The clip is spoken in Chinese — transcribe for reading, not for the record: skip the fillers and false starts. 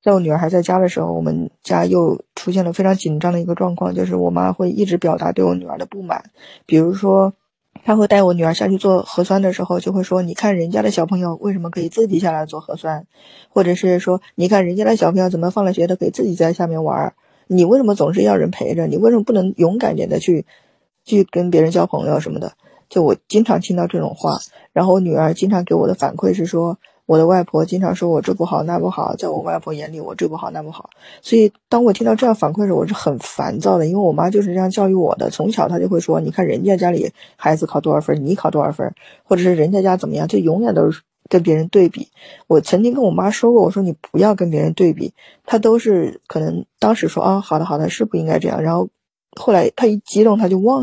在我女儿还在家的时候，我们家又出现了非常紧张的一个状况，就是我妈会一直表达对我女儿的不满。比如说她会带我女儿下去做核酸的时候，就会说你看人家的小朋友为什么可以自己下来做核酸，或者是说你看人家的小朋友怎么放了学的可以自己在下面玩，你为什么总是要人陪着，你为什么不能勇敢点的去跟别人交朋友什么的。就我经常听到这种话，然后我女儿经常给我的反馈是说，我的外婆经常说我这不好那不好，在我外婆眼里我这不好那不好。所以当我听到这样反馈的时候，我是很烦躁的，因为我妈就是这样教育我的，从小她就会说，你看人家家里孩子考多少分，你考多少分，或者是人家家怎么样，就永远都是跟别人对比。我曾经跟我妈说过，我说你不要跟别人对比，她都是可能当时说啊好的好的，是不应该这样，然后后来她一激动她就忘了。